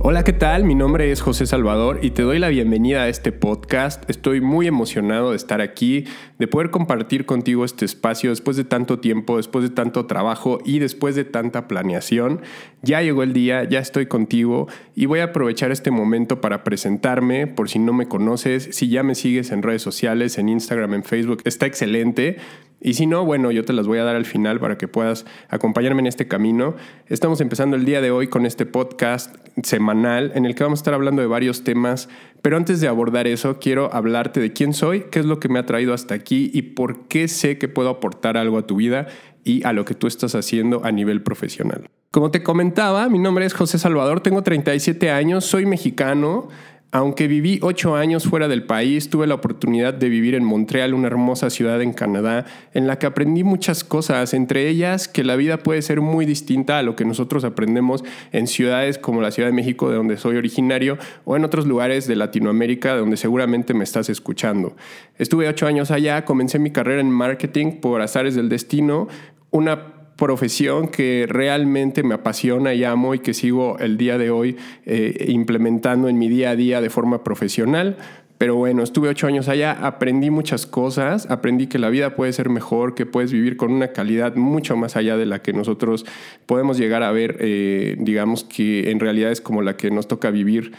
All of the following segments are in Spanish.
Hola, ¿qué tal? Mi nombre es José Salvador y te doy la bienvenida a este podcast. Estoy muy emocionado de estar aquí, de poder compartir contigo este espacio después de tanto tiempo, después de tanto trabajo y después de tanta planeación. Ya llegó el día, ya estoy contigo y voy a aprovechar este momento para presentarme por si no me conoces. Si ya me sigues en redes sociales, en Instagram, en Facebook, está excelente. Y si no, bueno, yo te las voy a dar al final para que puedas acompañarme en este camino. Estamos empezando el día de hoy con este podcast semanal en el que vamos a estar hablando de varios temas. Pero antes de abordar eso, quiero hablarte de quién soy, qué es lo que me ha traído hasta aquí y por qué sé que puedo aportar algo a tu vida y a lo que tú estás haciendo a nivel profesional. Como te comentaba, mi nombre es José Salvador, tengo 37 años, soy mexicano. Aunque viví 8 años fuera del país, tuve la oportunidad de vivir en Montreal, una hermosa ciudad en Canadá, en la que aprendí muchas cosas, entre ellas que la vida puede ser muy distinta a lo que nosotros aprendemos en ciudades como la Ciudad de México, de donde soy originario, o en otros lugares de Latinoamérica, de donde seguramente me estás escuchando. Estuve 8 años allá, comencé mi carrera en marketing por azares del destino, una profesión que realmente me apasiona y amo y que sigo el día de hoy implementando en mi día a día de forma profesional. Pero bueno, estuve 8 años allá, aprendí muchas cosas, aprendí que la vida puede ser mejor, que puedes vivir con una calidad mucho más allá de la que nosotros podemos llegar a ver, digamos que en realidad es como la que nos toca vivir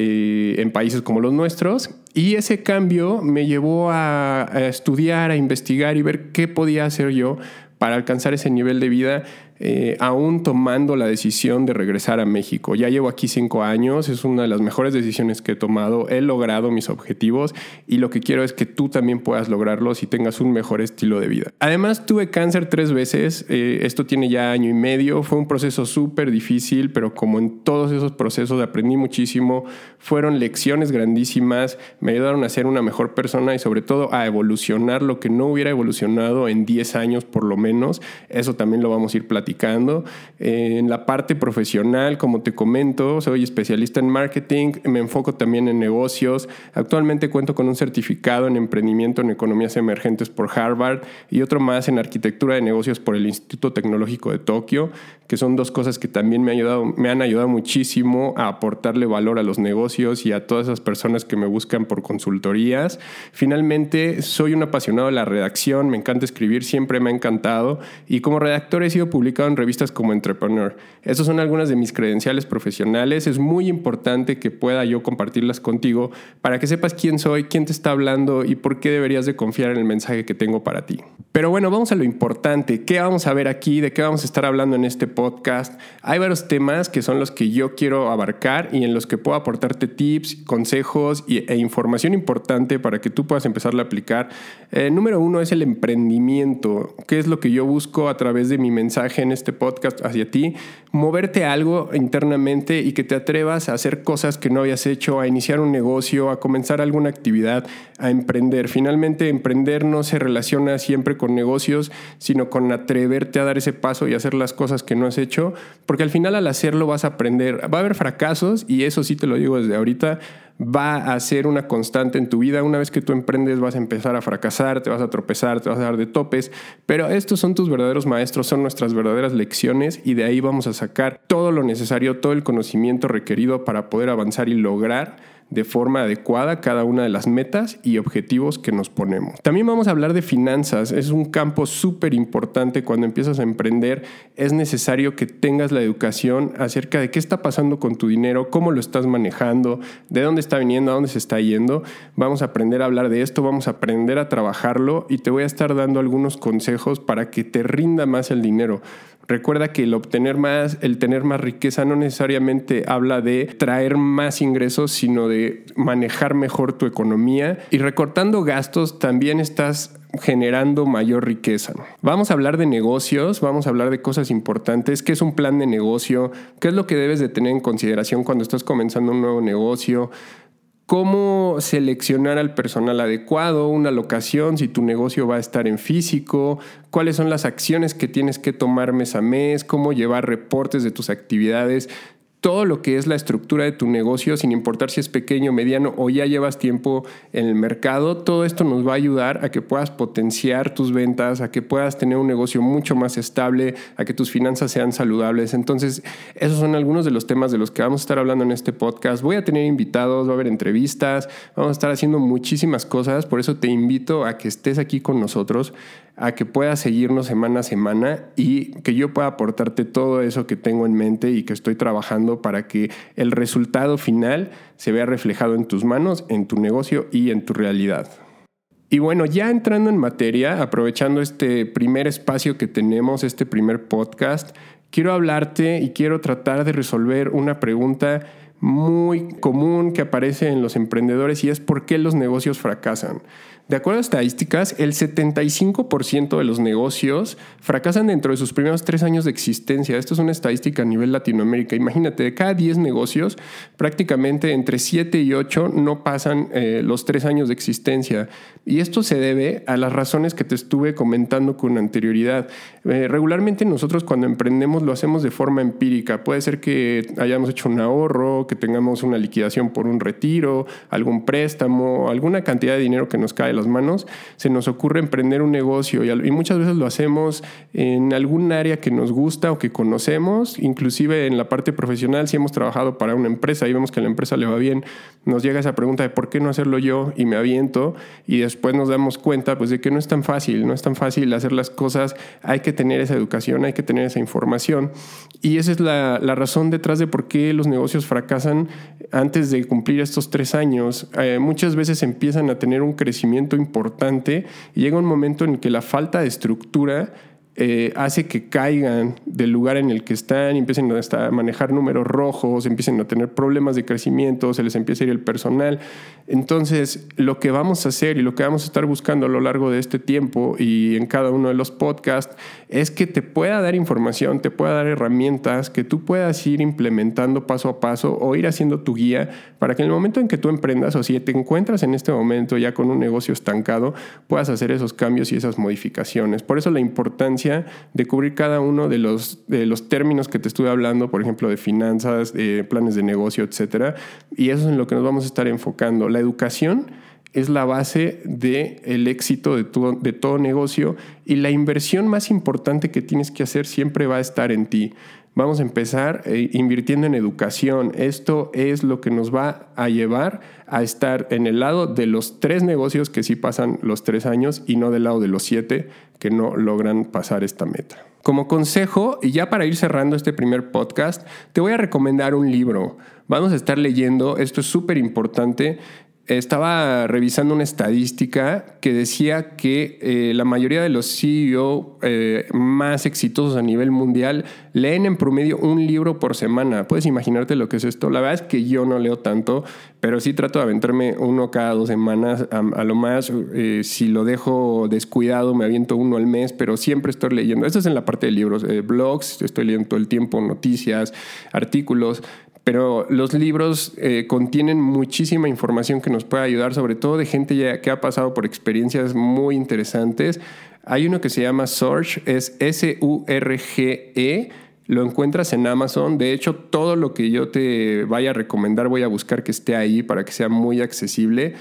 en países como los nuestros. Y ese cambio me llevó a estudiar, a investigar y ver qué podía hacer yo para alcanzar ese nivel de vida, aún tomando la decisión de regresar a México. Ya llevo aquí 5 años, es una de las mejores decisiones que he tomado, he logrado mis objetivos y lo que quiero es que tú también puedas lograrlos y tengas un mejor estilo de vida. Además, tuve cáncer 3 veces, esto tiene ya 1 año y medio, fue un proceso súper difícil, pero como en todos esos procesos aprendí muchísimo, fueron lecciones grandísimas, me ayudaron a ser una mejor persona y sobre todo a evolucionar lo que no hubiera evolucionado en 10 años por lo menos. Eso también lo vamos a ir platicando. En la parte profesional, como te comento, soy especialista en marketing, me enfoco también en negocios. Actualmente cuento con un certificado en emprendimiento en economías emergentes por Harvard y otro más en arquitectura de negocios por el Instituto Tecnológico de Tokio, que son 2 cosas que también me han ayudado muchísimo a aportarle valor a los negocios y a todas esas personas que me buscan por consultorías. Finalmente, soy un apasionado de la redacción, me encanta escribir, siempre me ha encantado y como redactor he sido publicado en revistas como Entrepreneur. Esas son algunas de mis credenciales profesionales. Es muy importante que pueda yo compartirlas contigo para que sepas quién soy, quién te está hablando y por qué deberías de confiar en el mensaje que tengo para ti. Pero bueno, vamos a lo importante. ¿Qué vamos a ver aquí? ¿De qué vamos a estar hablando en este podcast? Hay varios temas que son los que yo quiero abarcar y en los que puedo aportarte tips, consejos e información importante para que tú puedas empezarla a aplicar. Número 1 es el emprendimiento. ¿Qué es lo que yo busco a través de mi mensaje en este podcast hacia ti? Moverte a algo internamente y que te atrevas a hacer cosas que no habías hecho, a iniciar un negocio, a comenzar alguna actividad, a emprender. Finalmente, emprender no se relaciona siempre con negocios, sino con atreverte a dar ese paso y hacer las cosas que no has hecho, porque al final al hacerlo vas a aprender. Va a haber fracasos y eso sí te lo digo desde ahorita, va a ser una constante en tu vida. Una vez que tú emprendes vas a empezar a fracasar, te vas a tropezar, te vas a dar de topes, pero estos son tus verdaderos maestros, son nuestras verdaderas lecciones y de ahí vamos a sacar todo lo necesario, todo el conocimiento requerido para poder avanzar y lograr de forma adecuada cada una de las metas y objetivos que nos ponemos. También vamos a hablar de finanzas. Es un campo súper importante cuando empiezas a emprender. Es necesario que tengas la educación acerca de qué está pasando con tu dinero, cómo lo estás manejando, de dónde está viniendo, a dónde se está yendo. Vamos a aprender a hablar de esto, vamos a aprender a trabajarlo y te voy a estar dando algunos consejos para que te rinda más el dinero. Recuerda que el obtener más, el tener más riqueza no necesariamente habla de traer más ingresos, sino de manejar mejor tu economía. Y recortando gastos también estás generando mayor riqueza. Vamos a hablar de negocios, vamos a hablar de cosas importantes. ¿Qué es un plan de negocio? ¿Qué es lo que debes de tener en consideración cuando estás comenzando un nuevo negocio? ¿Cómo seleccionar al personal adecuado? Una locación, si tu negocio va a estar en físico. ¿Cuáles son las acciones que tienes que tomar mes a mes? ¿Cómo llevar reportes de tus actividades? todo lo que es la estructura de tu negocio, sin importar si es pequeño, mediano o ya llevas tiempo en el mercado. Todo esto nos va a ayudar a que puedas potenciar tus ventas, a que puedas tener un negocio mucho más estable, a que tus finanzas sean saludables. Entonces, esos son algunos de los temas de los que vamos a estar hablando en este podcast. Voy a tener invitados, va a haber entrevistas, vamos a estar haciendo muchísimas cosas. Por eso te invito a que estés aquí con nosotros, a que puedas seguirnos semana a semana y que yo pueda aportarte todo eso que tengo en mente y que estoy trabajando para que el resultado final se vea reflejado en tus manos, en tu negocio y en tu realidad. Y bueno, ya entrando en materia, aprovechando este primer espacio que tenemos, este primer podcast, quiero hablarte y quiero tratar de resolver una pregunta muy común que aparece en los emprendedores y es ¿por qué los negocios fracasan? De acuerdo a estadísticas, el 75% de los negocios fracasan dentro de sus primeros 3 años de existencia. Esto es una estadística a nivel Latinoamérica. Imagínate, de cada 10 negocios, prácticamente entre 7 y 8 no pasan los 3 años de existencia. Y esto se debe a las razones que te estuve comentando con anterioridad. Regularmente nosotros cuando emprendemos lo hacemos de forma empírica. Puede ser que hayamos hecho un ahorro, que tengamos una liquidación por un retiro, algún préstamo, alguna cantidad de dinero que nos cae de las manos. Se nos ocurre emprender un negocio y muchas veces lo hacemos en algún área que nos gusta o que conocemos. Inclusive en la parte profesional, si hemos trabajado para una empresa y vemos que a la empresa le va bien, nos llega esa pregunta de ¿por qué no hacerlo yo? Y me aviento y después nos damos cuenta pues, de que no es tan fácil hacer las cosas. Hay que tener esa educación, hay que tener esa información y esa es la razón detrás de por qué los negocios fracasan antes de cumplir estos 3 años. Muchas veces empiezan a tener un crecimiento importante y llega un momento en que la falta de estructura hace que caigan del lugar en el que están y empiecen a manejar números rojos, empiecen a tener problemas de crecimiento, se les empieza a ir el personal. Entonces, lo que vamos a hacer y lo que vamos a estar buscando a lo largo de este tiempo y en cada uno de los podcasts es que te pueda dar información, te pueda dar herramientas que tú puedas ir implementando paso a paso o ir haciendo tu guía para que en el momento en que tú emprendas o si te encuentras en este momento ya con un negocio estancado, puedas hacer esos cambios y esas modificaciones. Por eso la importancia de cubrir cada uno de los términos que te estuve hablando, por ejemplo, de finanzas, planes de negocio, etcétera. Y eso es en lo que nos vamos a estar enfocando. La educación es la base del éxito de todo negocio y la inversión más importante que tienes que hacer siempre va a estar en ti. Vamos a empezar invirtiendo en educación. Esto es lo que nos va a llevar a estar en el lado de los 3 negocios que sí pasan los 3 años y no del lado de los 7 que no logran pasar esta meta. Como consejo, y ya para ir cerrando este primer podcast, te voy a recomendar un libro. Vamos a estar leyendo, esto es súper importante. Estaba revisando una estadística que decía que la mayoría de los CEO más exitosos a nivel mundial leen en promedio un libro por semana. ¿Puedes imaginarte lo que es esto? La verdad es que yo no leo tanto, pero sí trato de aventarme uno cada 2 semanas. A lo más, si lo dejo descuidado, me aviento uno al mes, pero siempre estoy leyendo. Esto es en la parte de libros, blogs, estoy leyendo todo el tiempo, noticias, artículos. Pero los libros contienen muchísima información que nos puede ayudar, sobre todo de gente ya que ha pasado por experiencias muy interesantes. Hay uno que se llama Surge, es S-U-R-G-E. Lo encuentras en Amazon. De hecho, todo lo que yo te vaya a recomendar voy a buscar que esté ahí para que sea muy accesible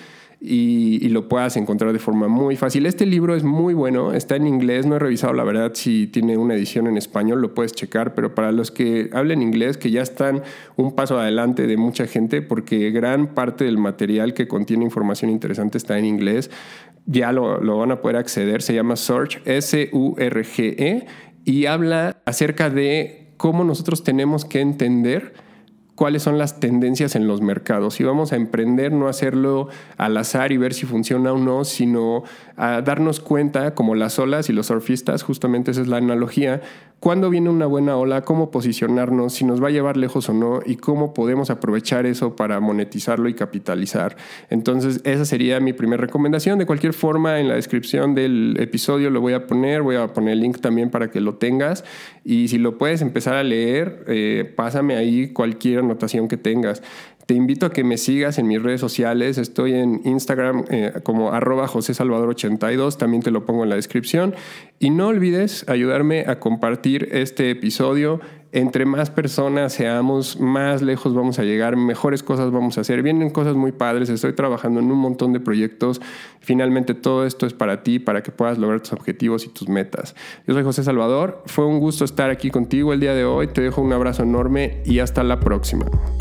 y lo puedas encontrar de forma muy fácil. Este libro es muy bueno, está en inglés, no he revisado la verdad si tiene una edición en español, lo puedes checar, pero para los que hablen inglés, que ya están un paso adelante de mucha gente, porque gran parte del material que contiene información interesante está en inglés, ya lo van a poder acceder. Se llama Surge, S-U-R-G-E, y habla acerca de cómo nosotros tenemos que entender cuáles son las tendencias en los mercados. Si vamos a emprender, no hacerlo al azar y ver si funciona o no, sino a darnos cuenta, como las olas y los surfistas, justamente esa es la analogía, cuándo viene una buena ola, cómo posicionarnos, si nos va a llevar lejos o no y cómo podemos aprovechar eso para monetizarlo y capitalizar. Entonces, esa sería mi primera recomendación. De cualquier forma, en la descripción del episodio lo voy a poner el link también para que lo tengas y si lo puedes empezar a leer, pásame ahí cualquier anotación que tengas. Te invito a que me sigas en mis redes sociales. Estoy en Instagram como @josesalvador82. También te lo pongo en la descripción. Y no olvides ayudarme a compartir este episodio Entre más personas seamos, más lejos vamos a llegar, mejores cosas vamos a hacer. Vienen cosas muy padres, estoy trabajando en un montón de proyectos. Finalmente todo esto es para ti, para que puedas lograr tus objetivos y tus metas. Yo soy José Salvador, fue un gusto estar aquí contigo el día de hoy. Te dejo un abrazo enorme y hasta la próxima.